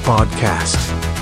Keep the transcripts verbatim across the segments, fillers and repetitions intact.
Podcast.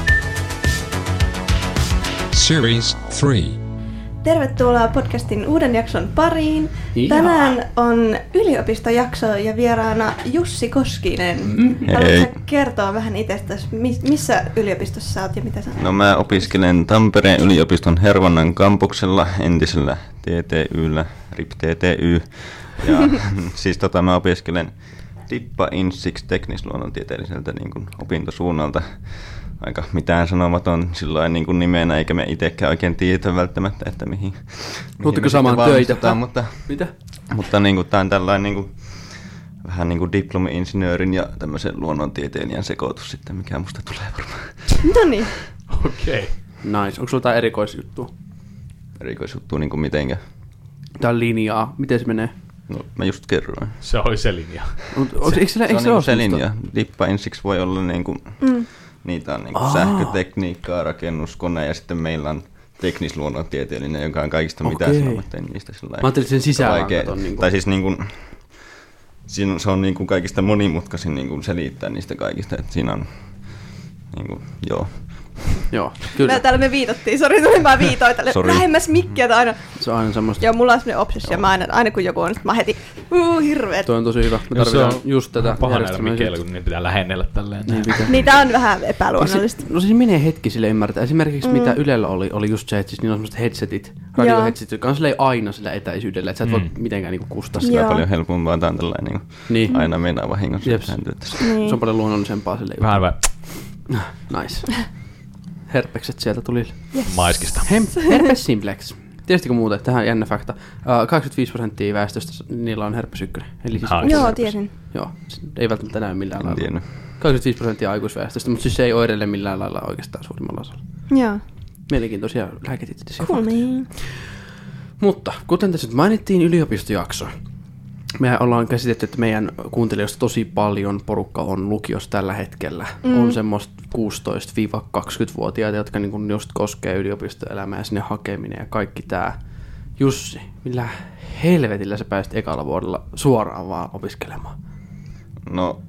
Series three. Tervetuloa podcastin uuden jakson pariin. Jaa. Tänään on yliopistojakso ja vieraana Jussi Koskinen. Mm-hmm. Haluatko kertoa vähän itsestäsi, missä yliopistossa sä oot ja mitä sä No mä opiskelen Tampereen yliopiston Hervannan kampuksella, entisellä T T Y:llä, R I P T T Y. Ja siis tota mä opiskelen Dippa Insiksi teknisluonnontieteelliseltä niin kuin opintosuunnalta. Aika mitään sanomaton sillain niin kuin nimenä, eikä me itsekään oikein tiedä välttämättä, että mihin. Tuutteko samaan töitä? Mutta, mitä? mutta niin kuin, tää on tällainen niin kuin, vähän niin kuin diplomi-insinöörin ja tämmöisen luonnontieteilijän sekoitus sitten, mikä musta tulee varmaan. No niin. Okei. Okay. Nice. Onko sulla jotain erikoisjuttua? Erikoisjuttua niin kuin mitenkä? Tää linjaa. Miten se menee? No mä just kerroin. Se oli se linja. Mut, onks, eikö se, Se eikö on se, niinku se ole linja. Dippa ensiksi voi olla niinku, mm. niitä on niinku sähkötekniikkaa, rakennuskone ja sitten meillä on teknisluonnontieteellinen, joka on kaikista Okei. mitään sanomatta niistä sellainen. Mä ajattelin sen sisällä vaikea. katon, niinku. Tai siis niinku, siinä se on niinku kaikista monimutkaisin niinku selittää niistä kaikista, että siinä on niinku, joo. Joo, kyllä. Me täällä me viitottiin, sori tuli mä viitoin tälle Sorry. lähemmäs mikkiä aina. Se on aina semmoista. Joo, mulla on semmonen obsessio, mä aina, aina kun joku on, sit mä heti, uu hirveet. Toi on tosi hyvä. Me No, se tarvitaan on just tätä paha näillä järjestelmää. mikkeillä, kun niitä pitää lähennellä tälleen. Niin, pitää. Niin tää on vähän epäluonnollista. No siis menee hetki sille ymmärtää. Esimerkiksi mm. mitä Ylellä oli, oli just se, että siis niillä on semmoiset headsetit, radioheadsetit, jotka on silleen aina sillä etäisyydellä, että sä et voi Mm. mitenkään niinku kustaa Sillä sitä. Joo. on paljon helpompaa, tää on tällainen niinku, Niin. aina mennään vahingossa. Jeps. Niin. Se on paljon luonnollisempaa silleen. Vähän vähän Nice. Herpekset sieltä tuli. Yes. maiskista. Hem- herpes simplex. Tiesittekö muuten, tähän jännä fakta. Uh, kahdeksankymmentäviisi prosenttia väestöstä niillä on herpes ykkönen. Eli siis Ai. Joo, herpes. tiesin. Joo, se ei välttämättä näy millään En lailla. tiennyt. kahdeksankymmentäviisi prosenttia aikuisväestöstä, mutta siis se ei oireile millään lailla oikeastaan suurimmalla osalla. Joo. Mielenkiintoisia lääketieteellisiä Cool, faktoja. niin. Mutta kuten tässä nyt mainittiin yliopistojakso, me ollaan käsitetty, että meidän kuuntelijoista tosi paljon porukka on lukiossa tällä hetkellä. Mm. On semmoista kuusitoista–kaksikymmentävuotiaita, jotka niin just koskee yliopistoelämää ja sinne hakeminen ja kaikki tää. Jussi, millä helvetillä sä pääsit ekalla vuodella suoraan vaan opiskelemaan? No,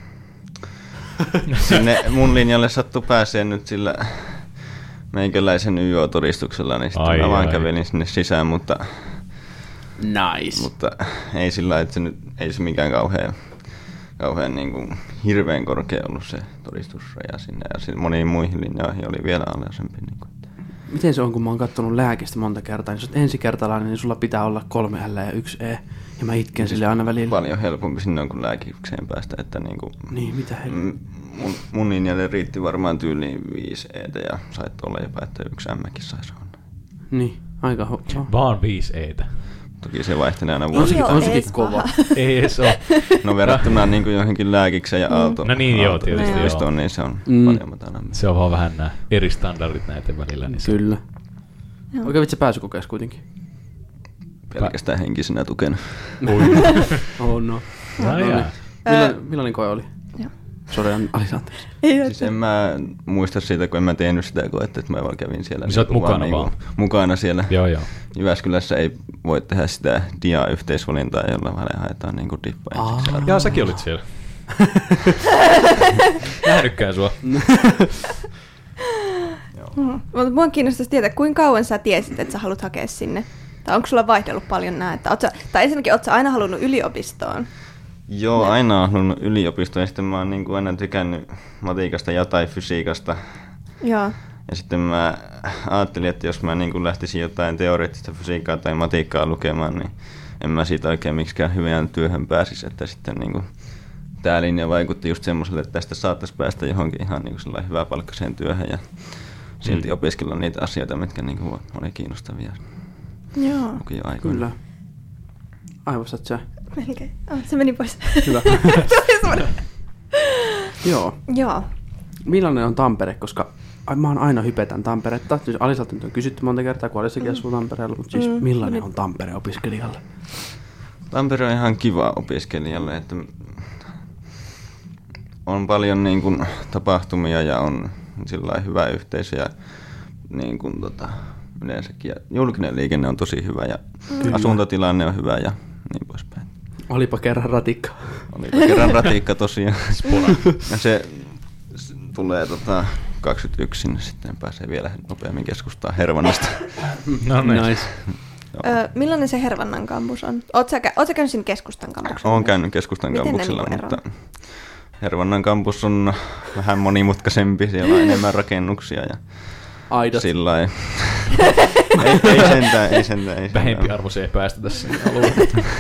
sinne mun linjalle sattu pääsee nyt sillä meikäläisen Y O-todistuksella, niin sitten Ai, mä vaan ai. kävelin sinne sisään, mutta, Nice. mutta ei sillä lailla, että se nyt ei se mikään kauhean, kauhean niin kuin hirveän korkea ollut se todistusraja sinne, ja sitten moniin muihin linjoihin oli vielä alhaisempi. Niin kuin. Miten se on, kun mä oon kattonut lääkistä monta kertaa, niin jos oot ensikertalainen, niin sulla pitää olla kolme L ja yksi E, ja mä itken sille aina välillä. Paljon helpompi sinne on kuin lääkikseen päästä, että niin kuin, Niin, mitä helpompi. m- mun, mun linjalle riitti varmaan tyyliin viisi E:tä ja sait olla jopa, että yksi M:kin saisi olla. Niin, aika ho- oh. Vaan viisi eitä. Toki se vaihtelee aina On vuosi. sekin, Joo, on sekin ees kova. paha. Ei edes ole. No verrattuna niin kuin johonkin lääkikseen ja aalto. No niin, joo, tietysti joo. yliopistoon, niin se on Mm. paljon matalampi. Se on vaan vähän nämä eri standardit näiden välillä. Niin se... Kyllä. Joo. Oikein vitsi pääsykokeessa kuitenkin. Pelkästään henkisenä tukena. Oh no. No, jaa. Millainen, millainen koe oli? Joo. Sori, Alisantti. Ei, Siis en mä muista siitä, kun en mä tehnyt sitä koetta, että mä vaan kävin siellä. Niin sä oot niinku mukana niinku vaan. Mukana siellä. Joo, joo. Jyväskylässä ei voi tehdä sitä dia-yhteisvalintaa, jolla vähän haetaan niinku dippa ensiksi. Aa. Jaa, säkin olit siellä. Nähnytkään sua. Mm. Mutta mua kiinnostaisi tietää, kuinka kauan sä tiesit, että sä haluat hakea sinne? Tai onko sulla vaihdellut paljon nää? Että oot sä, tai ensinnäkin, oot sä aina halunnut yliopistoon? Joo, aina on halunnut yliopistoon ja sitten mä oon niinku aina tykännyt matikasta ja tai fysiikasta. Joo. Ja sitten mä ajattelin, että jos mä niin lähtisin jotain teoreettista fysiikkaa tai matikkaa lukemaan, niin en mä siitä oikein miksikään hyvään työhön pääsisi. Että sitten niin tämä linja vaikutti just semmoiselle, että tästä saattaisi päästä johonkin ihan niin sellainen hyväpalkkaiseen työhön ja silti Mm. opiskella niitä asioita, mitkä niin oli kiinnostavia Joo. lukioaikoina. Kyllä. Aivostat sä? Melkein. Oh, se meni pois. Hyvä. Joo. Joo. Millainen on Tampere, koska ai, mä oon aina hypetän Tamperetta. Siis Alisalta nyt on kysytty monta kertaa, kun Alisakin asuu Tampereella, mutta siis Mm. millainen on Tampere opiskelijalle? Tampere on ihan kiva opiskelijalle, että on paljon niin kuin tapahtumia ja on sillä hyvä yhteisö ja niin kuin tota, yleensäkin. Ja julkinen liikenne on tosi hyvä ja Kyllä. asuntotilanne on hyvä ja niin poispäin. Olipa kerran ratikka. Olipa kerran ratikka tosiaan. Ja se tulee tota kaksikymmentäyksi sinne, sitten pääsee vielä nopeammin keskustaa Hervannasta. No niin. Nice. Öö, millainen se Hervannan kampus on? Oot sä, kä- oot sä käynyt siinä keskustan kampuksella? Olen käynyt keskustan Miten kampuksella, ne niinku mutta Hervannan kampus on vähän monimutkaisempi, siellä on enemmän rakennuksia ja Aidat. sillä lailla. ei, ei sentään, ei sentään. Ei Vähempi sentään. arvo se ei päästä tässä alueella.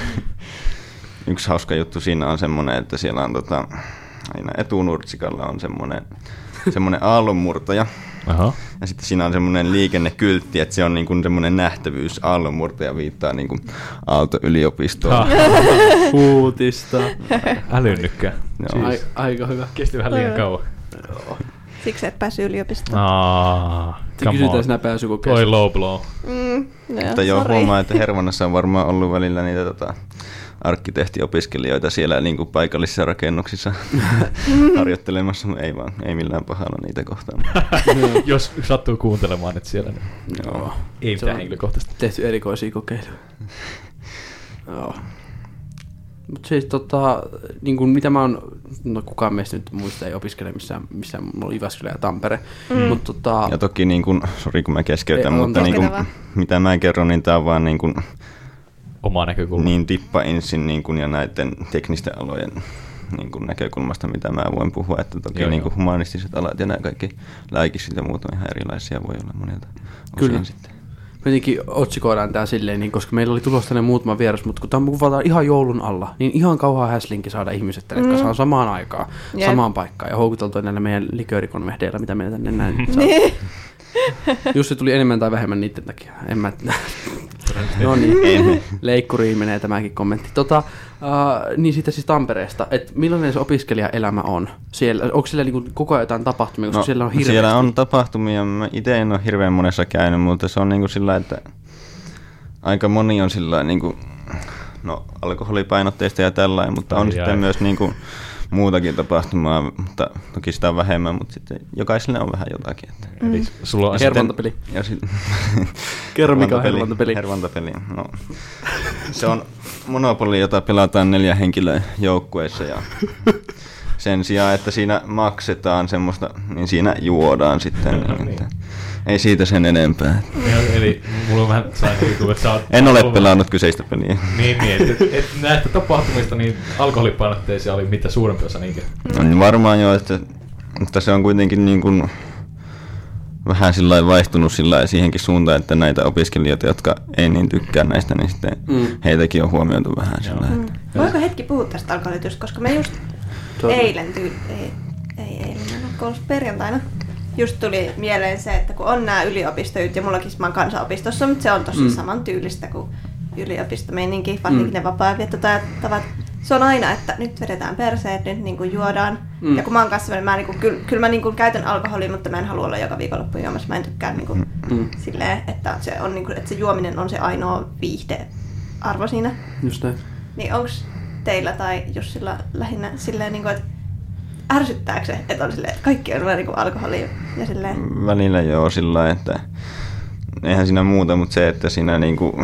Yksi hauska juttu siinä on semmoinen, että siellä on tota, aina etunurtsikalla on semmoinen, semmoinen aallonmurtaja. Aha. Ja sitten siinä on semmoinen liikennekyltti, että se on niin kuin semmoinen nähtävyys aallonmurtaja viittaa niin kuin Aalto-yliopistoon. Ah, Uutista. älynnykkää. Joo. Ai, aika hyvä. Kesti vähän liian kauan. Siksi et päässyt yliopistoon. Aa, Se come kysytään on. sinä pääsykokeessa. Toi low blow. Mm, no, Mutta joo, sorry. huomaa, että Hervannassa on varmaan ollut välillä niitä tota, arkkitehtiopiskelijoita siellä niin kuin paikallisissa rakennuksissa harjoittelemassa, mutta ei vaan, ei millään pahalla niitä kohtaan. Jos sattuu kuuntelemaan nyt siellä, niin Joo. ei Se mitään on henkilökohtaisesti. tehty erikoisia kokeiluja. Joo. Mutta siis tota, niin kuin mitä mä oon, no kukaan meistä nyt muista ei opiskele missään, missään mulla on Jyväskylä ja Tampere. Mm. Mutta tota, Ja toki, niin kuin, sori kun mä keskeytän, Ei, mutta on niin kuin, koskettavaa. mitä mä kerron, niin tää on vaan niin kuin, Omaa näkökulmaa. niin dippa-insin niin kuin, ja näiden teknisten alojen niin kuin, näkökulmasta, mitä mä voin puhua. Että toki Joo, niin joo. kuin, humanistiset alat ja nämä kaikki lääkiset ja muut on ihan erilaisia, voi olla monilta Kyllä. osin sitten. me jotenkin otsikoidaan tää silleen, niin, koska meillä oli tulossa tänne muutama vieras, mutta kun tämä kuvataan ihan joulun alla, niin ihan kauhaa häslinki saada ihmiset tänne mm. kasaan samaan aikaan, Jep. samaan paikkaan ja houkuteltua näillä meidän liköörikonvehdeilla, mitä meillä tänne näin saa. Jussi tuli enemmän tai vähemmän niiden takia. En mä... No niin, leikkuriin menee tämäkin kommentti. Tota, uh, niin siitä siis Tampereesta, että millainen se opiskelijaelämä on siellä? Onko siellä niinku koko ajan jotain tapahtumia, koska No, siellä on hirveästi? siellä on tapahtumia. Mä itse en ole hirveän monessa käynyt, mutta se on niinku sillä, että aika moni on sillä niinku, no alkoholipainotteista ja tällainen, mutta on Ai sitten ai. myös niinku muutakin tapahtumaa, mutta toki sitä on vähemmän, mutta sitten jokaiselle on vähän jotakin. Että. Eli sulla on Ja sitten... Hervantapeli. Ja sit, Kerro, mikä on hervantapeli. hervantapeli. Hervantapeli. No, se on Monopoli, jota pelataan neljä henkilöä joukkueessa ja sen sijaan, että siinä maksetaan semmoista, niin siinä juodaan sitten. Niin, että ei siitä sen enempää. Eli mulla on vähän sellainen juttu, että sä oot... En ole pelannut kyseistä peliä. Niin, niin. Et, et näistä tapahtumista niin alkoholipainotteisia oli mitä suurempi osa niinkin. No, niin varmaan joo, että, mutta se on kuitenkin niin kuin vähän sillä vaihtunut sillä siihenkin suuntaan, että näitä opiskelijoita, jotka ei niin tykkää näistä, niin sitten mm. heitäkin on huomioitu vähän sillä Mm. että. Voiko hetki puhua tästä alkoholitystä, koska me just Totta. eilen, tyy- ei, ei eilen, mä ollut perjantaina, just tuli mieleen se, että kun on nämä yliopistoyt, ja mullakin mä oon kansanopistossa, mutta se on tosi mm. saman tyylistä kuin yliopistomeininki, varsinkin mm. ne vapaa-viettotavat. Se on aina, että nyt vedetään perseet, nyt niin kuin juodaan. Mm. Ja kun mä oon kanssa, mä niin kuin, kyllä, kyllä mä niin kuin käytän alkoholia, mutta mä en halua olla joka viikonloppu juomassa. Mä en tykkää niin kuin, mm. silleen, että se, on, niin kuin, että se juominen on se ainoa viihdearvo siinä. Just näin. Niin onks teillä tai Jussilla lähinnä silleen, niin kuin, että ärsyttääkö se, että on silleen, että kaikki on niin kuin alkoholia ja silleen? Välillä joo sillä lailla, että eihän siinä muuta, mutta se, että siinä niinku,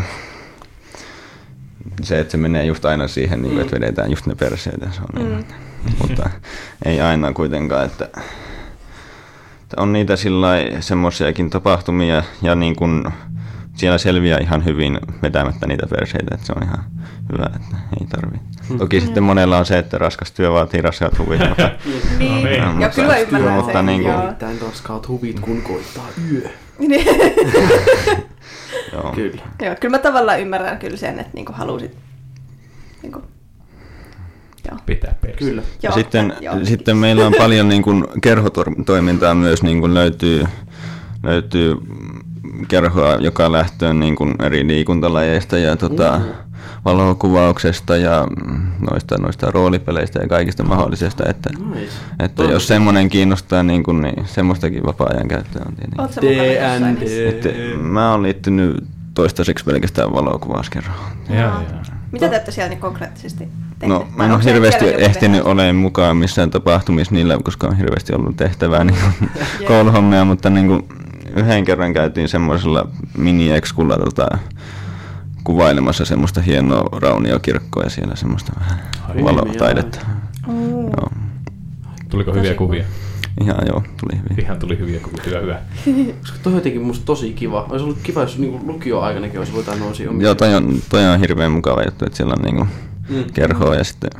se, että se menee just aina siihen, niinku, että vedetään just ne perseitä, se on mm. että, mutta ei aina kuitenkaan, että, että on niitä sillä semmoisiakin tapahtumia ja niin kuin siellä selviää ihan hyvin vetämättä niitä perseitä, että se on ihan hyvä, että ei tarvitse. Toki mm. sitten monella on se, että raskas työ vaatii raskaat huvit, mutta, Niin, niin. ja mutta- kyllä mä ymmärrän mutta sen. niin kuin- joo. Erittäin raskaat huvit, kun koittaa yö. Niin. joo. Kyllä. Joo, kyllä mä tavallaan ymmärrän kyllä sen, että niinku halusit niinku, joo. Pitää perse. Kyllä. Ja Joo, sitten, joo. sitten meillä on paljon niin kuin kerhotoimintaa myös, niin kuin löytyy, löytyy kerhoa, joka lähtee niin kuin eri liikuntalajeista ja tota, valokuvauksesta ja noista, noista roolipeleistä ja kaikista mahdollisesta. Että, Nice. että jos semmoinen kiinnostaa, niin, kuin, niin semmoistakin vapaa-ajan käyttöä on tietenkin. Oot sä mukana jossain D niissä? and D. Että mä oon liittynyt toistaiseksi pelkästään valokuvauskerhoon. Joo, Joo. joo. Mitä te olette siellä niin konkreettisesti tehneet? No, Vai mä en ole onko se hirveästi vielä joku ehtinyt tehdä? olemaan mukaan missään tapahtumissa niillä, koska on hirveästi ollut tehtävää niin kouluhommia, mutta niin kuin yhden kerran käytiin semmoisella mini-ekskulla tota, kuvailemassa semmoista hienoa rauniokirkkoa ja siellä semmoista vähän Ai, valotaidetta. Oo. Joo. Tuliko Tosi hyviä cool. kuvia? Ihan joo, tuli hyvin. Ihan tuli hyviä koko työ hyvä. Koska toi on jotenkin musta tosi kiva. Olisi ollut kiva, jos niinku lukioaikanakin olisi voitu nousia omia. Joo, toi on, toi on hirveän mukava juttu, että siellä on niinku mm. kerhoa ja sitten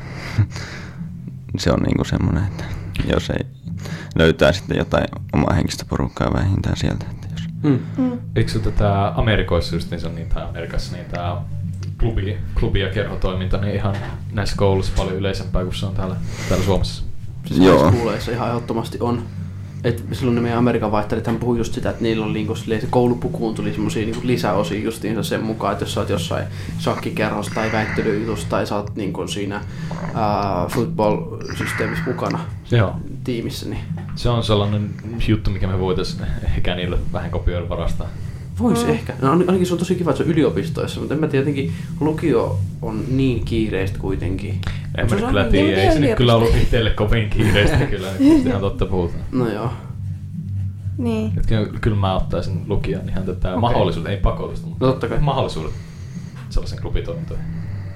se on niinku semmoinen, että jos ei löytää sitten jotain omaa henkistä porukkaa vähintään sieltä. Että jos... Mm. Mm. Eikö se tätä Amerikoissa just niin se on niin, tai Amerikassa niin tää klubi, klubi- ja kerhotoiminta niin ihan näissä kouluissa paljon yleisempää kuin se on täällä, täällä Suomessa? Siis high schooleissa ihan ehdottomasti on. Et silloin ne meidän Amerikan vaihtarit hän puhui just sitä, että niillä on niinku se koulupukuun tuli semmosia niinku lisäosia justiinsa sen mukaan, että jos sä oot jossain shakkikerhossa tai väittelyjutussa tai sä oot niinku siinä uh, football-systeemissä mukana Joo. tiimissä, niin Se on sellainen juttu, mikä me voitais ehkä niille vähän kopioida varastaa. vois mm. ehkä. No, ainakin se on tosi kiva, että se on yliopistoissa, mutta en mä tiedä, jotenkin lukio on niin kiireistä kuitenkin. En mä kyllä tiedä, ei se nyt kyllä ollut itselle kovin kiireistä kyllä, nyt ihan totta puhutaan. No joo. Niin. Et kyllä, kyllä mä ottaisin lukijan ihan tätä okay. mahdollisuutta, ei pakollista, mutta no, totta kai. mahdollisuudet sellaisen klubitoimintoihin.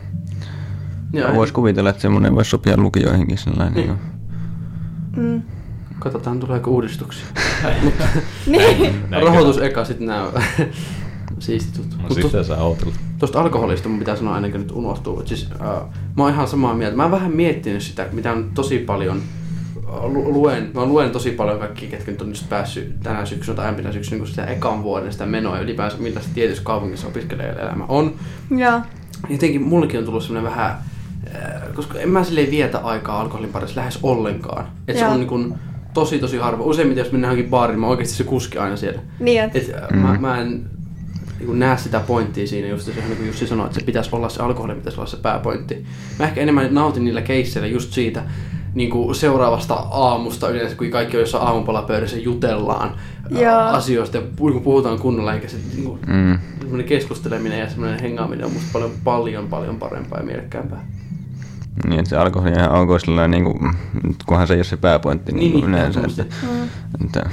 Voisi kuvitella, että semmoinen voisi sopia lukioihinkin sellainen. Niin. Mm. Katsotaan, tuleeko uudistuksia. Niin. Rahoitus eka, sitten nämä siistit jutut. No sitten saa ootella. Tuosta alkoholista mun pitää sanoa ennen kuin nyt unohtuu. Siis, äh, mä oon ihan samaa mieltä. Mä oon vähän miettinyt sitä, mitä on tosi paljon lu- luen. Mä luen tosi paljon kaikkia, ketkä nyt on nyt päässyt tänä syksynä tai aiempina syksynä, kun sitä ekan vuoden sitä menoa ja ylipäänsä millaista tietyssä kaupungissa opiskelijoiden elämä on. Joo. Jotenkin mullekin on tullut semmoinen vähän, äh, koska en mä silleen vietä aikaa alkoholin parissa lähes ollenkaan. Että se on niin kun tosi tosi harva. Useimmiten jos mennään johonkin baariin, mä oon oikeesti se kuski aina siellä. Niin et. Et, äh, mä, mä en niin näe sitä pointtia siinä, just se, niin kuin Jussi sanoi, että se pitäisi olla se alkoholi, pitäisi olla se pääpointti. Mä ehkä enemmän nautin niillä keisseillä just siitä niin kuin seuraavasta aamusta yleensä, kun kaikki on jossain aamupalapöydässä jutellaan ää, asioista ja puhutaan kunnolla, eikä se niin kuin, mm. semmoinen keskusteleminen ja semmoinen hengaaminen on musta paljon, paljon, paljon parempaa ja mielekkäämpää. Niin, että se alkoholi ihan alkoi sellainen, niin kuin, kunhan se ei ole se pääpointti niin, niin yleensä. Että, mm. että,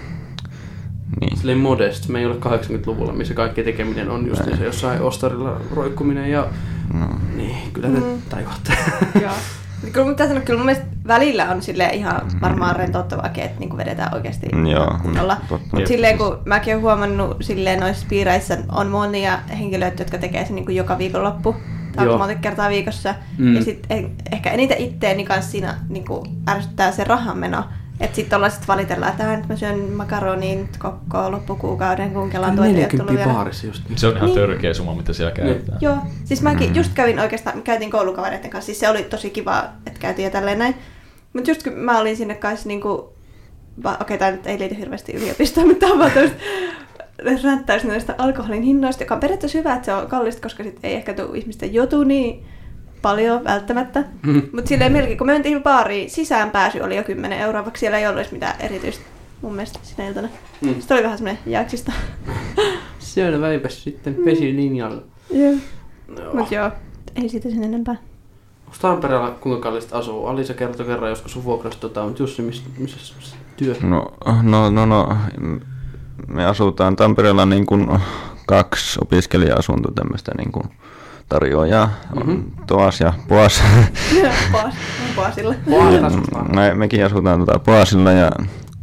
niin. Silleen modest. Me ei ole kahdeksankymmentäluvulla, missä kaikki tekeminen on just se jossain ostarilla roikkuminen ja no. Niin, kyllä te mm. tajuatte. Joo. Kyllä mitä sanoa, kyllä mun mielestä välillä on silleen ihan varmaan rentouttavaakin, että niinku vedetään oikeasti kunnolla. Mutta silleen kun mäkin olen huomannut silleen noissa piireissä on monia henkilöitä, jotka tekee sen niinku joka viikonloppu. Tai monta kertaa viikossa. Mm. Ja sitten ehkä eniten itteeni kanssa siinä niinku ärsyttää se rahanmeno. Että sitten ollaan sit valitellaan, että nyt mä syön makaronin koko loppukuukauden, kun Kelan tuet ei ole tullut vielä. Baarissa just. Se on ihan niin. törkeä summa, mitä siellä käytetään. Joo, siis mäkin just kävin oikeastaan, käytiin koulukavereiden kanssa, siis se oli tosi kiva, että käytiin ja tälleen näin. Mutta just kun mä olin sinne kanssa niinku, okei okay, tää nyt ei liity hirveästi yliopistoon, mutta tämä on vaan toista ränttäys näistä alkoholin hinnoista, joka on periaatteessa hyvä, että se on kallista, koska sit ei ehkä tule ihmisten jutu niin paljon välttämättä. Mm. Mutta silleen melkein, kun me mentiin baariin, sisään pääsy oli jo kymmenen euroa, vaikka siellä ei ollut edes mitään erityistä mun mielestä sinä iltana. Mm. Sitten oli vähän semmoinen jaaksista. Siellä väipäs sitten vesilinjalla. Joo. No. Mut joo, ei siitä sen enempää. Onko Tampereella kuinka kallista asuu? Alisa kertoi kerran joskus sun vuokrasta, tota, mutta Jussi, missä, missä työ? No, no, no, no, me asutaan Tampereella niin kuin kaksi opiskelija-asuntoa tämmöistä niin kuin tarjoajaa. Mm-hmm. Toas ja Poas. Poas, Poasilla. Me, mekin asutaan tuota Poasilla ja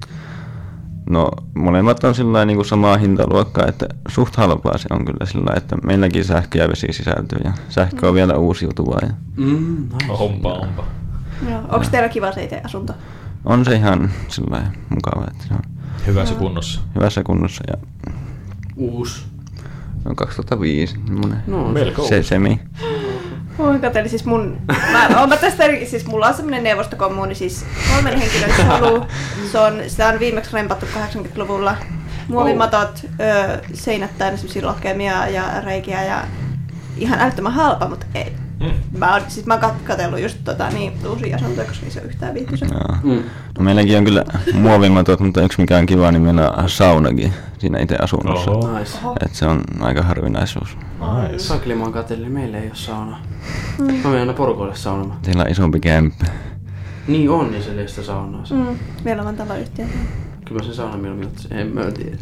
no molemmat on sillä niin kuin samaa hintaluokkaa, että suht halpaa se on kyllä sillä, että meilläkin sähkö ja vesi sisältyy ja sähkö on mm. vielä uusiutuvaa. Ja... Mm, nice. Onpa, onpa. Joo. Onko teillä kiva se itse asunto? On se ihan sillä mukava, että se on hyvässä kunnossa. Hyvässä kunnossa ja uusi. No kaksituhattaviisi, no, melko se semi. Mä katselin siis mun, mä, oon mä tästä eri, siis mulla on semmonen neuvostokommuuni, siis kolmen henkilön solu, se on, sitä on viimeksi rempattu kahdeksankymmentäluvulla. Muovimatot, ö, seinät täynnä semmosia lohkeamia ja reikiä ja ihan älyttömän halpa, mutta ei. Mm. Mä oon, siis mä oon katsellut just tota, niin, uusia asuntoja, koska niissä on yhtään viihtyisä. Mm. No meilläkin on kyllä muovimatot, mutta yksi mikä on kiva, niin meillä on saunakin siinä itse asunnossa. Oho. Nice. Et se on aika harvinaisuus. Nice. Sakli mä oon katsellut, meillä ei oo saunaa. Mm. Mä menen aina porukoille saunomaan. Teillä on isompi kämppä. Niin on, niin se ei sitä saunaa. Mm. Meillä on taloyhtiö. Kyllä mä sen saunan mieluummin ottaisin, en mä tiedä.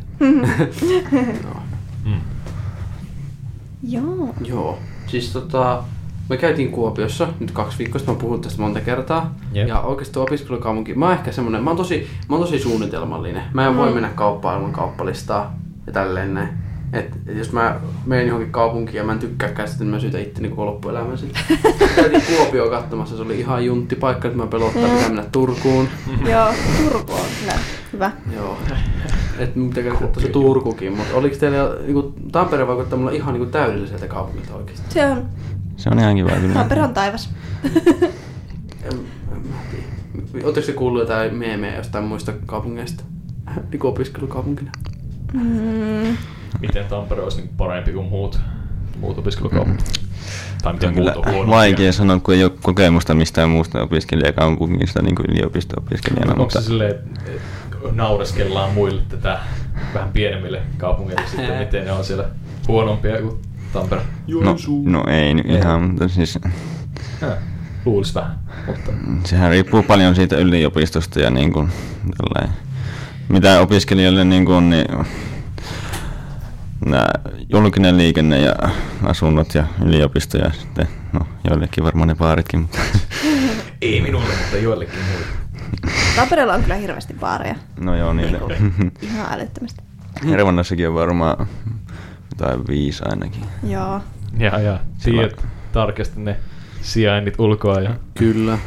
no. mm. Joo. Joo, siis tota... me käytiin Kuopiossa nyt kaksi viikkoa sitten, mä oon puhunut tästä monta kertaa. Jep. Ja oikeasti opiskelukaupunki, mä oon ehkä semmonen, mä oon tosi, mä oon tosi suunnitelmallinen. Mä en mm. voi mennä kauppaan ilman kauppalistaa ja tälleen näin. Et, et jos mä menen johonkin kaupunkiin ja mä en tykkääkään sitten, mä syytän itteni koko loppuelämän sitten. Käytiin Kuopioon katsomassa, se oli ihan juntti paikka, että mä pelottaa, pitää mennä Turkuun. Joo, Turku on kyllä hyvä. Joo. Et mun pitää katsoa se Turkukin, mutta oliko teillä niinku, Tampere vaikuttaa mulla ihan niinku täydelliseltä kaupungilta oikeesti? Se on. Se on ihan kiva kyllä. Tampere on taivas. Oletteko te kuullut jotain meemejä jostain muista kaupungeista? Niinku opiskelukaupunkina? Mm. Miten Tampere olisi niin parempi kuin muut, muut opiskelukaupungit? Mm. Tai miten muut on huonompia? Vaikea sanoa, kun ei ole kokemusta mistään muusta opiskelijakaupungista niin kuin yliopisto-opiskelijana. Onko mutta... se silleen, että naureskellaan muille tätä vähän pienemmille kaupungeille sitten, miten ne on siellä huonompia kuin Tampere? No, no ei nyt ihan, mutta siis... Luulis vähän, mutta... Sehän riippuu paljon siitä yliopistosta ja niin kuin tällainen. Mitä opiskelijoille niin kuin, niin nämä julkinen liikenne ja asunnot ja yliopisto ja sitten, no joillekin varmaan ne baaritkin, mutta... Ei minulle, mutta joillekin muille. Tampereella on kyllä hirveästi baareja. No joo, niille on. Ihan älyttömästi. Hervannassakin on varmaan jotain viisi ainakin. Joo. Ja, ja tiedät tarkasti ne sijainnit ulkoa ja... Kyllä.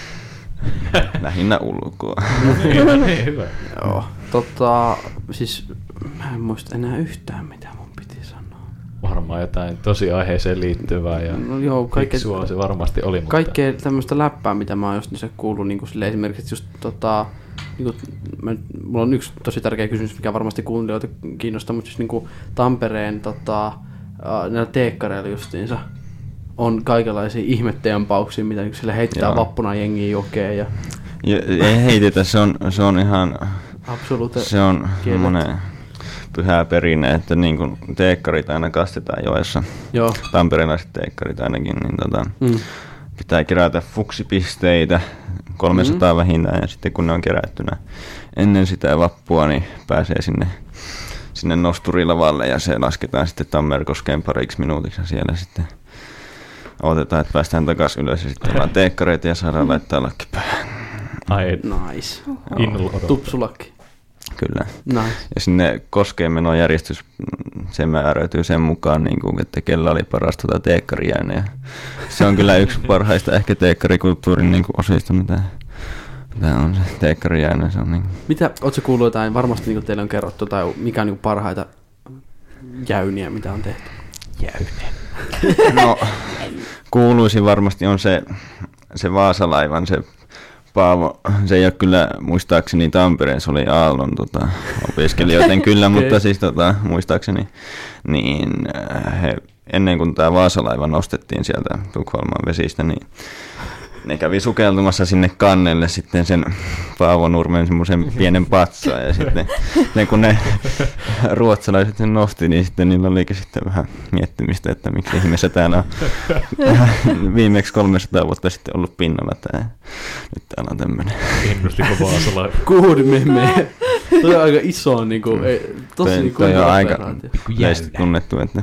Lähinnä ulkoa. niin, niin, hyvä. Joo. Tota, siis mä en muista enää yhtään mitä mun piti sanoa. Varmaan jotain tosi aiheeseen liittyvää ja no, joo, kaikkea, fiksua se varmasti oli. Mutta... Kaikkea tämmöistä läppää, mitä mä oon just niissä kuullut, niin kuin sille esimerkiksi just tota, niin kuin, mä, mulla on yksi tosi tärkeä kysymys, mikä varmasti kuuntelijoita kiinnostaa, mutta siis niin kuin Tampereen tota, näillä teekkareilla justiinsa on kaikenlaisia ihmetteempauksia, mitä sille heittää vappuna jengiä jokeen. Ja... Ja, ei heitetä, se on, se on ihan... Absoluute se on kielet. Monen pyhä perinne, että niin kuin teekkarit aina kastetaan joessa. Joo. Tamperelaiset teekkarit ainakin, niin tota, mm. pitää kerätä fuksipisteitä, kolmesataa mm. vähintään, ja sitten kun ne on kerättynä ennen sitä vappua, niin pääsee sinne, sinne nosturilavalle, ja se lasketaan sitten Tammerkoskeen pariksi minuutiksi, ja siellä sitten odotetaan, että päästään takaisin ylös, ja sitten ollaan teekkareita, ja saadaan laittaa lakki päähän. Ai, nice. Innolla odottaa. Tupsulakki. Kyllä. Nice. Ja sinne koskeen menon järjestys, se määrääytyy sen mukaan, niin kuin, että kellä oli paras tuota teekkarijäänne. Ja se on kyllä yksi parhaista ehkä teekkarikulttuurin niin kuin osista, mitä, mitä on se teekkarijäänne. Se on niin. Mitä, ootko kuullut jotain, varmasti niin teille on kerrottu, tai mikä on niin parhaita jäyniä, mitä on tehty? Jäyniä. No, kuuluisin varmasti on se, se Vaasalaivan, se Paavo, se ei ole kyllä muistaakseni Tampereen, se oli Aallon tota, opiskelijoiden kyllä, okay. Mutta siis tota, muistaakseni, niin he, ennen kuin tämä Vaasalaiva nostettiin sieltä Tukholman vesistä, niin ne kävi sukeltumassa sinne kannelle sitten sen Paavo Nurmen semmoisen pienen patsaan ja sitten ne, kun ne ruotsalaiset sen nosti, niin sitten niillä olikin sitten vähän miettimistä, että miksi ihmeessä täällä on viimeksi kolmesataa vuotta sitten ollut pinnalla tämä. Nyt täällä on tämmöinen. Innostiko Vaasalaiva? Good meme. Toi on aika iso, niin kuin, ei, tosi toi, niin kuin toi on aika yleisesti tunnettu, että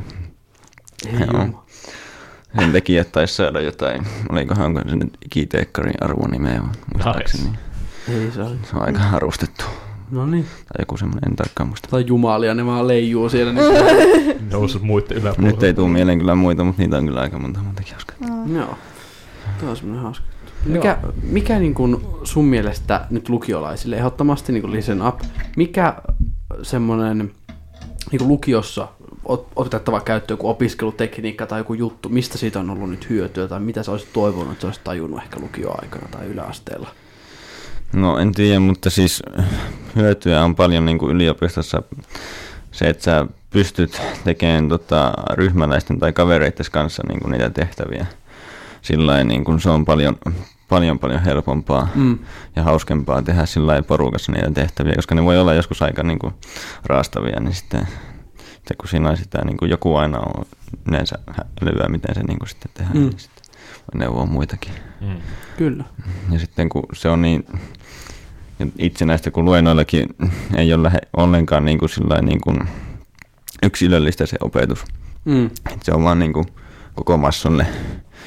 sen tekijät taisi saada jotain, olikohan onko se nyt ikiteekkarin arvonimeä, muistaakseni. Ei se oli. Se on aika arvostettu. No niin. Tai joku semmoinen, en tarkkaan muista. Tai jumalia, ne vaan leijuu siellä. Niin nousut muiden yläpuolella. Nyt ei tule mieleen kyllä muita, mutta niitä on kyllä aika monta montakin hauskaa. Mm. Joo. Tuo on semmoinen hauska. Mikä, mikä niin kuin sun mielestä nyt lukiolaisille, ehdottomasti niin kuin listen up, mikä semmoinen niin kuin lukiossa otettava käyttöön joku opiskelutekniikka tai joku juttu, mistä siitä on ollut nyt hyötyä tai mitä sä olisit toivonut, että sä olisit tajunnut ehkä lukioaikana tai yläasteella? No en tiedä, mutta siis hyötyä on paljon niin kuin yliopistossa se, että sä pystyt tekemään tota, ryhmäläisten tai kavereiden kanssa niin kuin niitä tehtäviä. Sillain niin kuin se on paljon, paljon, paljon helpompaa mm. ja hauskempaa tehdä sillain porukassa niitä tehtäviä, koska ne voi olla joskus aika niin kuin raastavia, niin sitten sitten kun siinä on sitä, niin kuin joku aina on yleensä älyä, miten se niin kuin sitten tehdään, mm. niin sitten voi neuvoa muitakin. Mm. Kyllä. Ja sitten kun se on niin itsenäistä, kun luennoillakin ei ole lähe, ollenkaan niin kuin sillain, niin kuin yksilöllistä se opetus. Mm. Se on vaan niin kuin koko massolle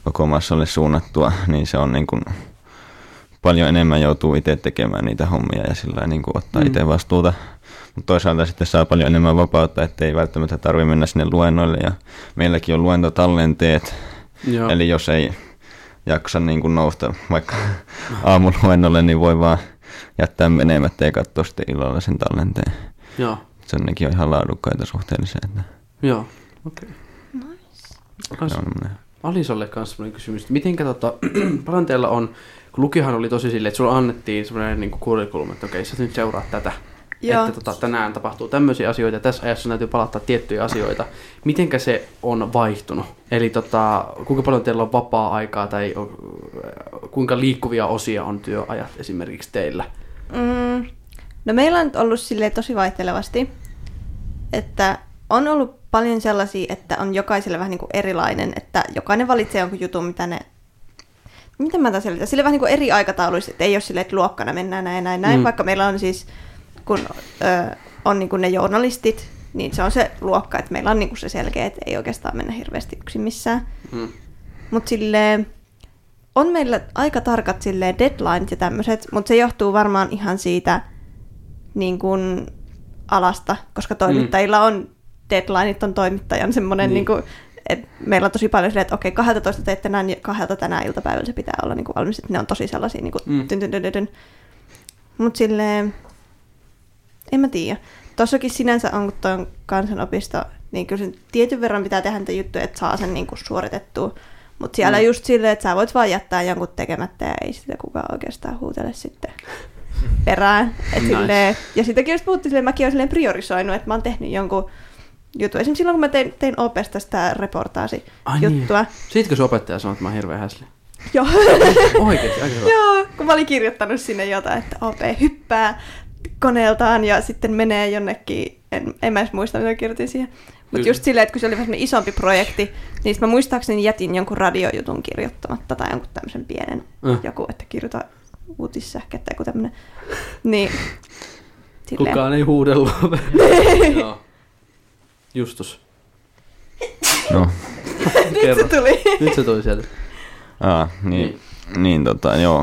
koko massalle suunnattua, niin se on niin kuin paljon enemmän joutuu itse tekemään niitä hommia ja sillä niin kuin ottaa mm. itse vastuuta. Mutta toisaalta sitten saa paljon enemmän vapautta, ettei välttämättä tarvitse mennä sinne luennoille. Ja meilläkin on luentotallenteet, Joo. eli jos ei jaksa niin kuin nousta vaikka aamuluennolle, niin voi vaan jättää menemättä ja katsoa sitten illalla sen tallenteen. Joo. Se on nekin ihan laadukkaita suhteellisen. Että Joo, okei. Nice. Okay. Alisalle kanssa sellainen kysymys, että mitenkä tota, paljon teillä on, kun lukihan oli tosi silleen, että sulla annettiin sellainen niin kurikulum, että okei, sä nyt seuraat tätä. Joo. Että tota, tänään tapahtuu tämmöisiä asioita ja tässä ajassa täytyy palauttaa tiettyjä asioita. Mitenkä se on vaihtunut? Eli tota, kuinka paljon teillä on vapaa-aikaa tai kuinka liikkuvia osia on työajat esimerkiksi teillä? Mm, no meillä on ollut silleen tosi vaihtelevasti, että on ollut paljon sellaisia, että on jokaiselle vähän niin kuin erilainen, että jokainen valitsee jonkun jutun, mitä ne... Miten mä taas selitän? Sille vähän niin kuin eri aikatauluissa, että ei ole silleen, että luokkana mennään näin näin näin, mm. vaikka meillä on siis... kun ö, on niin kuin ne journalistit, niin se on se luokka, että meillä on niin kuin se selkeä, että ei oikeastaan mennä hirveästi yksin missään. Mm. Mutta silleen, on meillä aika tarkat silleen deadlineit ja tämmöiset, mutta se johtuu varmaan ihan siitä niin kuin alasta, koska toimittajilla mm. on deadlineit, on toimittajan semmoinen, niin. niin kuin, että meillä on tosi paljon silleen, että okei, kaksitoista teet tänään, kahdelta tänään iltapäivällä se pitää olla niin kuin valmis, että ne on tosi sellaisia niin kuin mm. tyn, tyn, tyn, tyn. Mutta silleen... En mä tiedä. Tossakin sinänsä on, kun toi on kansanopisto, niin kyllä sen tietyn verran pitää tehdä niitä juttuja, että saa sen niinku suoritettua. Mutta siellä mm. just silleen, että sä voit vaan jättää jonkun tekemättä ja ei sitä kukaan oikeastaan huutele sitten perään. Et nice. silleen, ja sitäkin just puhuttiin silleen, mäkin olen silleen priorisoinut, että mä oon tehnyt jonkun jutun. Esimerkiksi silloin, kun mä tein, tein Opesta sitä reportaasi-juttua. Niin. Siitkö se opettaja sanoi, että mä oon hirveän häsli? Joo. Oikeesti, aika hyvä. Joo, kun mä olin kirjoittanut sinne jotain, että O P hyppää koneeltaan ja sitten menee jonnekin, en, en mä edes muista, mitä kirjoitin siihen. Mutta just silleen, että kun se oli vähän isompi projekti, niin mä muistaakseni jätin jonkun radiojutun kirjoittamatta tai jonkun tämmöisen pienen mm. joku, että kirjoita uutissähkä tai joku tämmöinen. Niin, silleen. Kukaan ei huudellut. Joo. Justus. No. Nyt se tuli. Nyt se tuli sieltä. Aa, niin, niin. niin tota, joo.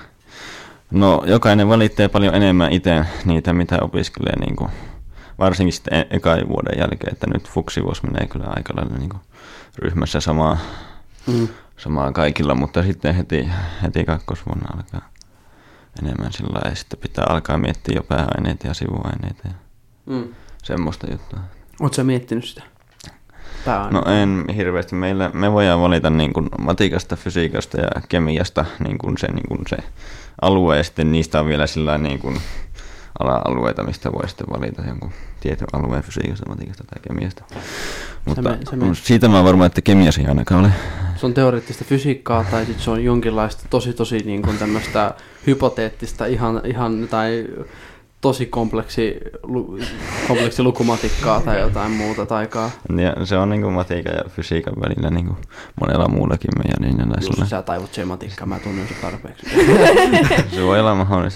No, jokainen valitsee paljon enemmän itse niitä, mitä opiskelee, niin kuin, varsinkin sitten e- ekan vuoden jälkeen, että nyt fuksivuosi menee kyllä aika lailla niin kuin ryhmässä samaa, mm. samaa kaikilla, mutta sitten heti, heti kakkosvuonna alkaa enemmän sillä lailla, ja sitten pitää alkaa miettiä jo pääaineita ja sivuaineita ja mm. semmoista juttua. Oletko sä miettinyt sitä? No en hirveästi. Meillä, me voidaan valita niin kuin matikasta, fysiikasta ja kemiasta niin kuin se, niin kuin se alue, ja sitten niistä on vielä sillä niin kuin ala-alueita, mistä voi sitten valita jonkun tietyn alueen fysiikasta, matikasta tai kemiasta. Mutta se me, se me... siitä mä oon varma, että kemiassa ei ainakaan ole. Se on teoreettista fysiikkaa tai sitten se on jonkinlaista tosi tosi niin kuin tämmöistä hypoteettista ihan, ihan tai tosi kompleksi, lu, kompleksi lukumatikkaa tai jotain muuta taikaa. Ja se on niin kuin matiikan ja fysiikan välillä niin kuin monella muullakin meidän linjalaisilla. Just sä taivut se matikkaa, mä tunnen se tarpeeksi. Se voi olla mahdollista.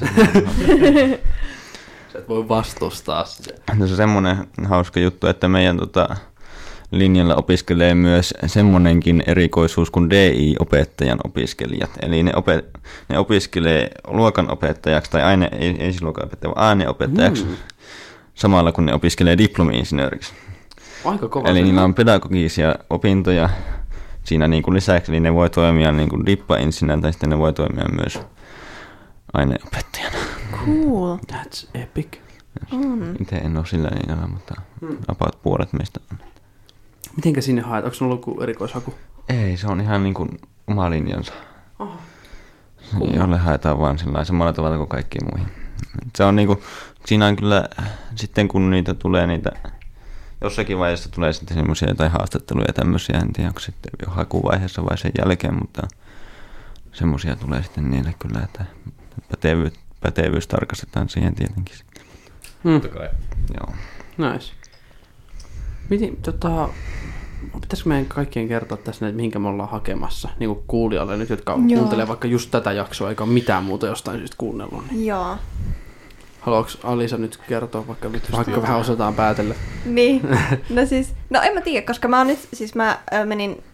Sä et voi vastustaa sitä. Se on semmoinen hauska juttu, että meidän tota, linjalla opiskelee myös semmoinenkin erikoisuus kuin D I-opettajan opiskelijat. Eli ne, opet- ne opiskelee luokanopettajaksi tai aine, ei, ei siis luokanopettaja, vaan aineopettajaksi mm. samalla kun ne opiskelee diplomi-insinööriksi. Aika kova. Eli niillä on pedagogisia opintoja siinä niin kuin lisäksi, eli ne voi toimia niin kuin dippa-insinöörinä tai sitten ne voi toimia myös aineopettajana. Cool. That's epic. Mm. Itse en ole sillä linjalla, mutta mm. about puolet meistä on. Mitenkä sinne haet? Onko sinulla ollut erikoishaku? Ei, se on ihan niin kuin oma linjansa. Oh. Jolle haetaan vaan sillä samalla tavalla kuin kaikkiin muihin. Se on niin kuin, siinä on kyllä, sitten kun niitä tulee niitä, jossakin vaiheessa tulee sitten semmoisia jotain haastatteluja ja tämmöisiä, en tiedä onko sitten jo hakuvaiheessa vai sen jälkeen, mutta semmoisia tulee sitten niille kyllä, että pätevyys, pätevyys tarkastetaan siihen tietenkin. Hmm. Joo. Nice. Miten, tota, pitäisikö meidän kaikkien kertoa tässä, että mihinkä me ollaan hakemassa, niin kuin kuulijoille nyt, jotka Joo. kuuntelee vaikka just tätä jaksoa, eikä ole mitään muuta jostain syystä kuunnellut. Niin. Joo. Haluatko Alisa nyt kertoa, vaikka, vaikka vähän osataan päätellä? Niin, no siis, no en mä tiedä, koska mä oon nyt, siis mä menin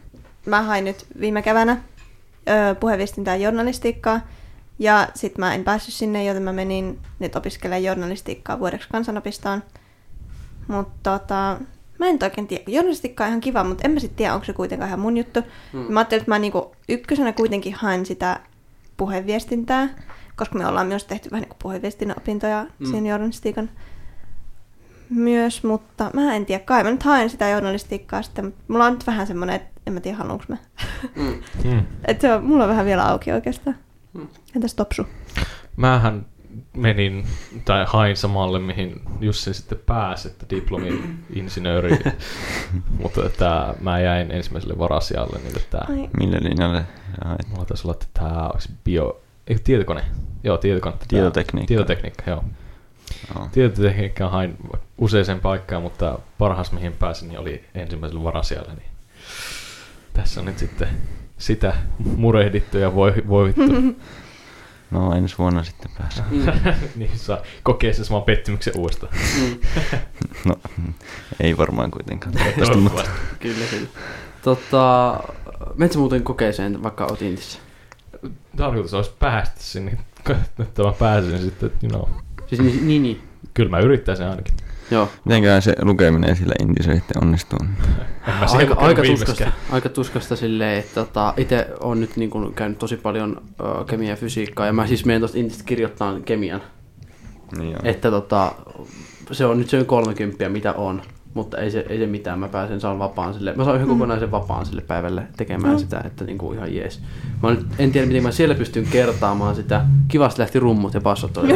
mä hain nyt viime keväänä öö, puheviestintää ja journalistiikkaa. Ja sit mä en päässyt sinne, joten mä menin nyt opiskelemaan journalistiikkaa vuodeksi kansanopistoon. Mutta tota, mä en oikein tiedä. Journalistiikka on ihan kiva, mutta en mä sit tiedä, onko se kuitenkaan ihan mun juttu. Mm. Mä ajattelin, että mä niinku ykkösenä kuitenkin haen sitä puheviestintää, koska me ollaan myös tehty vähän niin kuin puheviestinnän opintoja mm. siinä journalistiikan myös, mutta mä en tiedä, kai mä nyt haen sitä journalistiikkaa sitten, mutta mulla on nyt vähän semmoinen, että en mä tiedä, haluanko mä. Mm. Että se on, mulla on vähän vielä auki oikeastaan. Mm. Entäs Topsu? Mähän menin, tai hain samalle, mihin Jussi sitten pääsi, että diplomi-insinööri, mutta että mä jäin ensimmäiselle varasijalle. Niin että millä linjalle? Mulla taisi olla, että tämä olisi bio... Eikö tietokone? Joo, tietokone. Tietotekniikka. Tietotekniikka, joo. Oh. Tietotekniikkaan hain useaseen paikkaan, mutta parhaas mihin pääsin niin oli ensimmäisellä varasijalle. Niin tässä on nyt sitten sitä murehdittu ja voivittu. No ensi vuonna sitten pääsee. Niin saa kokea sen saman pettymyksen uudestaan. No ei varmaan kuitenkaan. Mutta... Kyllä, kyllä. Tota, menet sä muuten kokeeseen, vaikka oot Intissä? Tarkoitus olisi päästä sinne, että mä pääsen sitten, you know. Siis niin, niin, niin. Kyllä mä yrittäisin ainakin. Joo. Mitenkään se lukeminen sillä Intissä sitten onnistuu? Aika, aika, tuskasta, aika tuskasta silleen, että tota, itse olen nyt niin kuin käynyt tosi paljon uh, kemiaa ja fysiikkaa, ja mä siis menen tuosta Intistä kirjoittaa kemian. Niin että tota, se on nyt se kolmekymmentä, mitä on. Mutta ei se, ei se mitään, mä pääsen saan vapaan sille. Mä saan yhden mm. kokonaisen vapaan sille päivälle tekemään mm. sitä, että niinku ihan jees. Mä nyt, en tiedä, miten mä siellä pystyn kertaamaan sitä. Kivasti lähti rummut ja bassot oli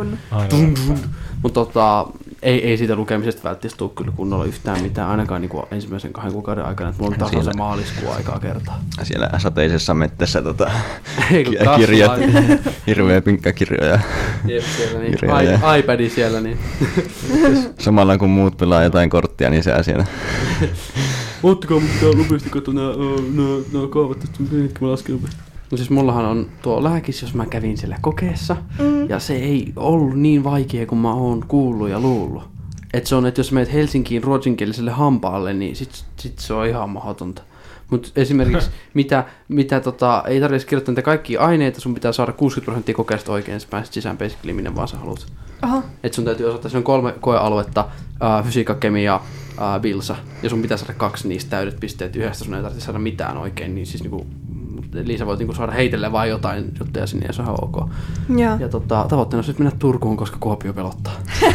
mutta tota, ei, ei siitä lukemisesta välttämättä tule kyllä kunnolla yhtään mitään, ainakaan niinku ensimmäisen kahden kuukauden aikana, että mulla on tasan se maaliskuun aikaa kertaa. Siellä sateisessa mettässä tota, kirjat, hirveä pinkkäkirjoja. Jep, siellä niin. I, iPadi siellä niin. Samalla kun muut pelaa jotain korttia, niin se siellä. Ottakaa mutta nopeasti katso nämä kaavat, että mä lasken nopeasti. No siis mullahan on tuo lääkis, jos mä kävin siellä kokeessa, mm. ja se ei ollut niin vaikea kuin mä oon kuullut ja luullut. Että se on, että jos menet Helsinkiin ruotsinkieliselle hampaalle, niin sit, sit se on ihan mahdotonta. Mutta esimerkiksi mitä, mitä tota, ei tarvitse kirjoittaa niitä kaikkia aineita, sun pitää saada kuusikymmentä prosenttia kokeesta oikein, sä pääset sisään basically minne vaan sä haluat. Että sun täytyy osata, siinä on kolme koealuetta, äh, fysiikka, kemia, äh, bilsa, ja sun pitää saada kaksi niistä täydet pisteet yhdestä, sun ei tarvitse saada mitään oikein, niin siis niinku, Liisa voit niinku saada heitellä vaan jotain juttuja sinne ja se on ok. Ja, ja tota, tavoitteena on mennä Turkuun, koska Kuopio pelottaa.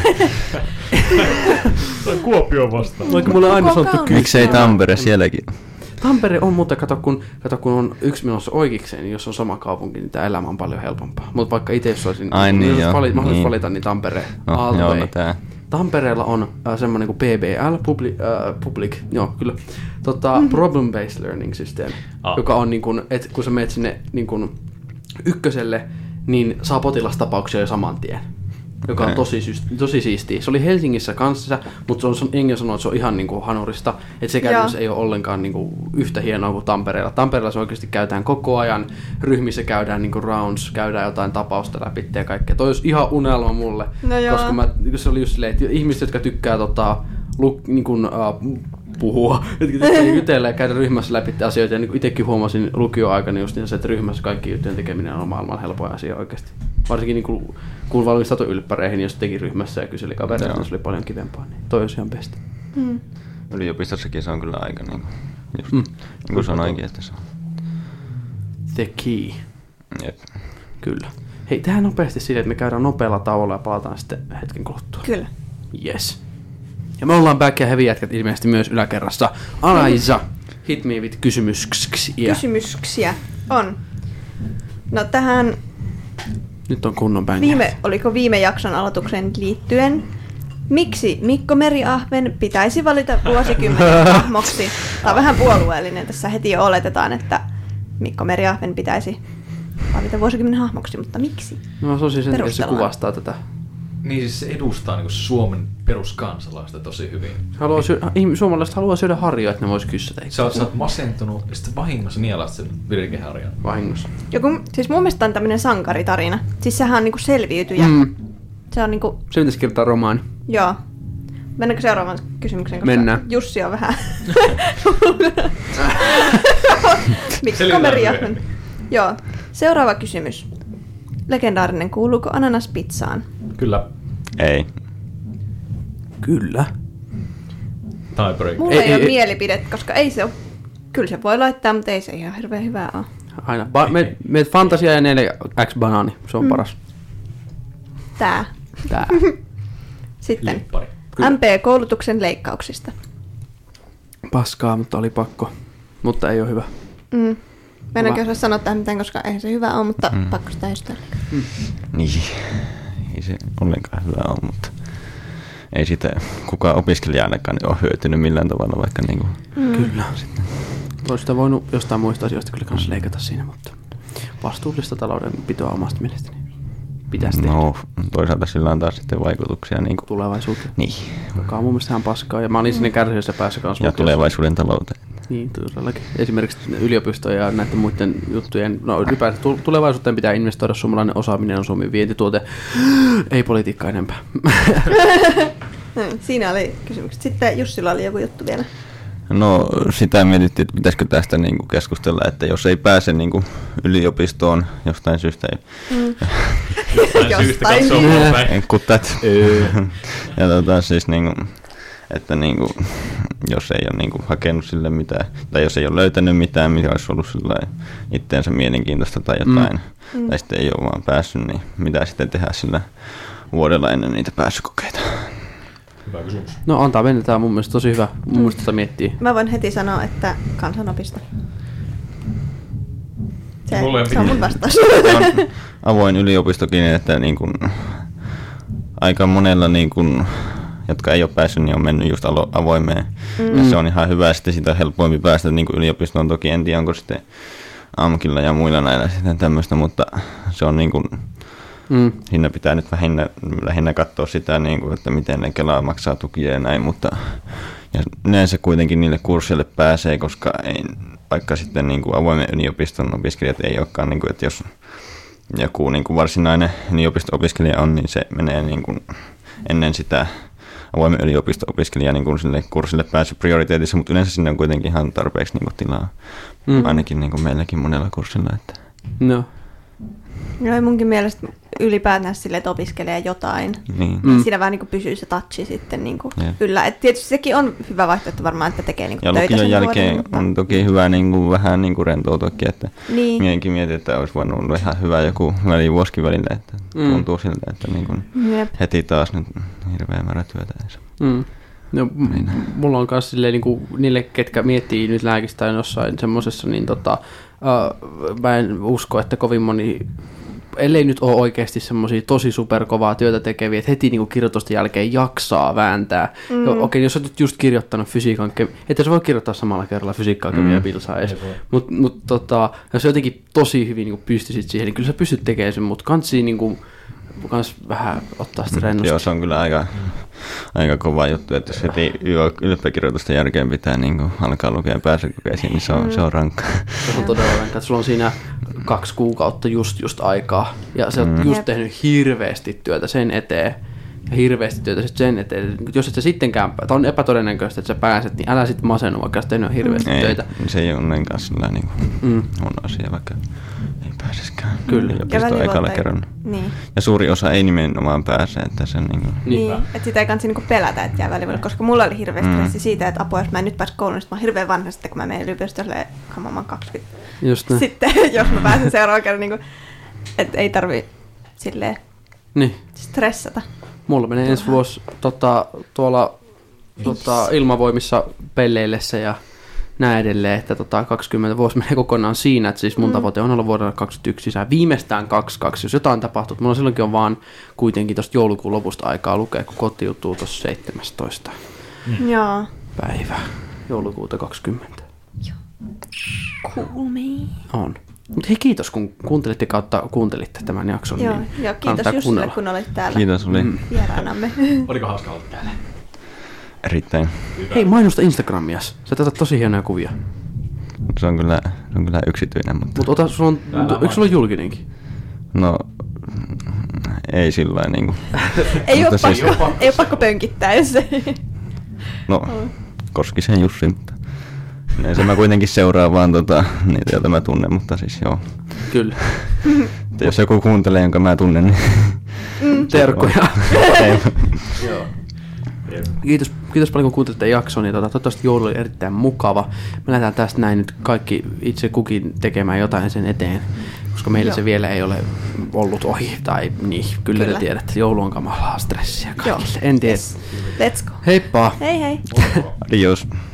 Tai Kuopio vastaan. Vaikka mulle aina sanottu kyllä. Miksei Tampere sielläkin? Tampere on, mutta kato kun, kato, kun on yksi menossa oikeikseen, niin jos on sama kaupunki, niin tämä elämä on paljon helpompaa. Mutta vaikka itse jos olisin Ai, niin, jos joo, vali, mahdollisuus niin. valita, niin Tampere no, all joo, way. No, tää. Tampereella on äh, semmoinen kuin P B L, public, äh, public joo, kyllä, tota, mm-hmm. Problem-Based Learning System, oh. joka on niin kuin, että kun sä menet sinne niin kuin ykköselle, niin saa potilastapauksia jo saman tien. Joka on tosi, tosi siistiä. Se oli Helsingissä kanssa, mutta se on, Engel sanoi, että se on ihan niin kuin hanurista. Että se käytännössä ei ole ollenkaan niin kuin yhtä hienoa kuin Tampereella. Tampereella se oikeasti käydään koko ajan. Ryhmissä käydään niin kuin rounds, käydään jotain tapausta läpi ja kaikkea. Toi olisi ihan unelma mulle. No koska mä, se oli just silleen, että ihmiset, jotka tykkää tota, luk, niin kuin, uh, puhua, jotka jutella ja käydä ryhmässä läpi asioita. Ja niin itsekin huomasin lukioaikana just niin, että ryhmässä kaikki juttujen tekeminen on maailman helpoin asia oikeasti. Varsinkin niin kuin, kun valmistautu ylppäreihin, jos teki ryhmässä ja kyseli kavereita, niin se oli paljon kivempaa. Niin toi olisi ihan best. Mm. Yliopistossakin se on kyllä aika niin kuin, just, mm. niin kuin sanoinkin, että se on. The key. Jep. Kyllä. Hei, tehdään nopeasti siitä, että me käydään nopealla tauolla ja palataan sitten hetken kuluttua. Kyllä. Yes. Ja me ollaan back ja heavy jätkät ilmeisesti myös yläkerrassa. Alaisa, hit me with kysymyksiä. Kysymyksiä on. No tähän... Nyt on kunnon bängä. Viime, oliko viime jakson aloitukseen liittyen? Miksi Mikko Meriahven pitäisi valita vuosikymmenen hahmoksi? Tämä on vähän puolueellinen. Tässä heti jo oletetaan, että Mikko Meriahven pitäisi valita vuosikymmenen hahmoksi, mutta miksi? No se on siis, että se kuvastaa tätä. Niin siis se edustaa niin kuin Suomen peruskansalaista tosi hyvin. Haluaa syödä, suomalaiset haluaa syödä harjoa, että ne vois kyssätä. Sä oot, sä oot masentunut ja sitten vahingossa nielaat sen virkeharjan. Vahingossa. Joku, siis mun mielestä on tämmönen sankaritarina. Siis sehän on niinku selviytyjä. Mm. Se on niinku... Se pitäisi kirjoittaa romaani. Joo. Mennäänkö seuraavaan kysymykseen? Koska Mennään. Jussi on vähän... Miksi kameria? Joo. Seuraava kysymys. Legendaarinen, kuuluuko ananas pizzaan? Kyllä. Ei. Kyllä. Tiebreak. Mulla Ei, ei, ei ei, ole ei. mielipide, koska ei se ole. Kyllä se voi laittaa, mutta ei se ihan hirveän hyvää ole. Aina. Ba- me, me Fantasia ja neljä X banaani. Se on mm. paras. Tää. Tää. Sitten Lippari. Kyllä. M P-koulutuksen leikkauksista. Paskaa, mutta oli pakko. Mutta ei ole hyvä. Mm. Mä en Hyvä. oikein osaa sanoa tähän mitään, koska eihän se hyvä ole, mutta Mm. pakko sitä estää. Niin. Ei se ollenkaan hyvä ole, mutta ei sitä kukaan opiskelija ainakaan ole hyötynyt millään tavalla, vaikka niinku... Mm. Kyllä. Olisi sitä voinut jostain muista asioista kyllä kanssa leikata siinä, mutta vastuullista taloudenpitoa omasta mielestäni pitäisi tehdä No, toisaalta sillä on taas sitten vaikutuksia niinku... tulevaisuuteen. Niin. Joka on mun mielestä ihan paskaa. Ja mä olin sinne kärsiössä päässä kanssa. Ja lukiossa. tulevaisuuden talouteen. Niin, todellakin. Esimerkiksi yliopistojen ja näiden muiden juttujen, no ylipäätään tu- tulevaisuuteen pitää investoida, suomalainen osaaminen on Suomen vientituote. Ei politiikka enempää. Mm, Siinä oli kysymykset. Sitten Jussilla oli joku juttu vielä. No sitä mietittiin, että pitäisikö tästä niinku keskustella, että jos ei pääse niinku yliopistoon jostain syystä, ei, Mm. Jostain syystä Jostain. katsoo Nää. päin. ei kuttat. Ja tota siis niinku, että niinku, jos ei ole niinku hakenut sille mitään, tai jos ei ole löytänyt mitään, mikä olisi ollut sillä itteensä mielenkiintoista tai jotain, Mm. tai sitten ei ole vaan päässyt, niin mitä sitten tehdä sillä vuodella ennen niitä pääsykokeita. Hyvä kysymys. No antaa mennä, tää on mun mielestä tosi hyvä. Mun mielestä tätä miettii. Mä voin heti sanoa, että kansanopisto. Se, Mulle ei se on mitään. mun vastaus. Se on avoin yliopistokin, että niin kuin, aika monella, niin kuin, jotka ei ole päässyt, niin on mennyt just alo- avoimeen. Mm. Ja se on ihan hyvä, sitten sitä on helpompi päästä niin kuin yliopistoon. Toki en tiedä, onko sitten AMKilla ja muilla näillä sitten tämmöistä, mutta se on niin kuin, Mm. siinä pitää nyt lähinnä, lähinnä katsoa sitä, niin kuin, että miten ne Kela maksaa tukia ja näin, mutta ja yleensä kuitenkin niille kursseille pääsee, koska ei, vaikka sitten niin kuin avoimen yliopiston opiskelijat ei olekaan, niin kuin, että jos joku niin kuin varsinainen yliopisto-opiskelija on, niin se menee niin kuin ennen sitä avoimen yliopisto-opiskelijaa niin kuin sille kurssille pääsy prioriteetissa, mutta yleensä sinne on kuitenkin ihan tarpeeksi niin kuin tilaa, Mm. ainakin niin kuin meilläkin monella kurssilla. Että. No. Joo, munkin mielestä ylipäätään sille, että opiskelee jotain. Niin. Mm. Mm. Siinä vähän niin kuin pysyy se touchi sitten niin kuin Jep. yllä. Et tietysti sekin on hyvä vaihtoehto varmaan, että tekee niin kuin Ja töitä lukion sen jälkeen vuoden, mutta... on toki hyvä niin kuin, vähän niin kuin rentoutuakin, että Niin. mietinkin mietin, että olisi voinut olla ihan hyvä joku välivuosikin välillä, että Mm. tuntuu siltä, että niin kuin Jep. heti taas nyt hirveä määrä työtä. Mm. No, m- mulla on myös silleen, niin kuin, niille, ketkä miettii nyt lääkistä jossain semmosessa, niin tota, uh, mä en usko, että kovin moni, ellei nyt ole oikeasti semmoisia tosi superkovaa työtä tekeviä, että heti niin kirjoitusten jälkeen jaksaa vääntää. Mm. Okei, okay, jos olet just kirjoittanut fysiikan, että se voi kirjoittaa samalla kerralla fysiikkaa, kemiaa ja Mm. pilsaa edes. Mutta mut, tota, jos jotenkin tosi hyvin niin pystyisit siihen, niin kyllä sä pystyt tekemään sen, mutta kansi niin kuin, kans vähän ottaa sitä rennosti. Joo, se on kyllä aika, aika kova juttu, että jos heti ylppäkirjoitusten jälkeen pitää niin kuin alkaa lukea pääsykokeisiin, niin se on, se on rankkaa. Se on todella rankkaa, että sulla on siinä kaksi kuukautta just, just aikaa, ja sä oot Mm. just Jep. tehnyt hirveästi työtä sen eteen, ja hirveästi työtä sit sen eteen. Jos et sä sittenkään, tai on epätodennäköistä, että sä pääset, niin älä sitten masennu, vaikka sä tehnyt hirveästi Ei, töitä. se ei ole ollenkaan sillä niin kuin Mm. huono asia, vaikka ei pääsiskään Kyllä. Ja yliopistoon ekalla välivuotta- kerralla. Niin. Ja suuri osa ei nimenomaan pääse, että sen niin kuin, Niin. Niin, että sitä ei kannata niinku pelätä, että jää välivuodelle, koska mulla oli hirveä Mm. stressi siitä, että apua, jos mä en nyt pääse kouluun, niin mä oon hirveän vanha sitten, kun mä menen yliopistolle, kun mä oon kaksikymmentä. Just näin. Sitten, jos mä pääsen seuraavan kerran, niin että ei tarvi silleen Niin. stressata. Mulla menee ensi vuosi tota, tuolla tota, ilmavoimissa pelleillessä ja näin edelleen, että tota, kaksikymmentä vuosi menee kokonaan siinä, että siis mun Mm. tavoite on olla vuodella kaksikymmentäyksi sisään, viimeistään kaksikymmentäkaksi, jos jotain tapahtuu. Mulla silloinkin on vaan kuitenkin tuosta joulukuun lopusta aikaa lukea, kun kotiutuu tuossa seitsemästoista Mm. Joo. päivä joulukuuta kaksikymmentä. Cool me. On. Mutta hei, kiitos kun kuuntelitte kautta kuuntelitte tämän jakson. Joo, niin joo, kiitos kannattaa Jussille, kuunnella. kun olit täällä kiitos, oli Mm. vieraanamme. Oliko hauska olla täällä? erittäin. Hei, mainosta Instagramias. Sä otat tosi hienoja kuvia. Se on kyllä, se on kyllä yksityinen, mutta Mutta ota, sulla on, Älä eikö sulla ole julkinenkin? no ei sillä lailla niin kuin. ei, ole Mutta siis- pakko, ei ole pakko pönkittää, jos ei. No, Koskisen Jussi, mutta Näin se mä kuitenkin seuraan vaan tota, niitä, joita mä tunnen, mutta siis joo. Kyllä. Että jos joku kuuntelee, jonka mä tunnen, niin... Mm. Terkkuja. Joo. Kiitos, kiitos paljon kun kuuntelitte jakson. Tota, toivottavasti joulu oli erittäin mukava. Me lähdetään tästä näin nyt kaikki itse kukin tekemään jotain sen eteen, koska meillä Joo. se vielä ei ole ollut ohi. Tai niin, kyllä, kyllä. te tiedätte, joulu on kamalaa stressiä kaikille. En tiedä. Yes. Let's go. Heippa. Hei hei. Adios.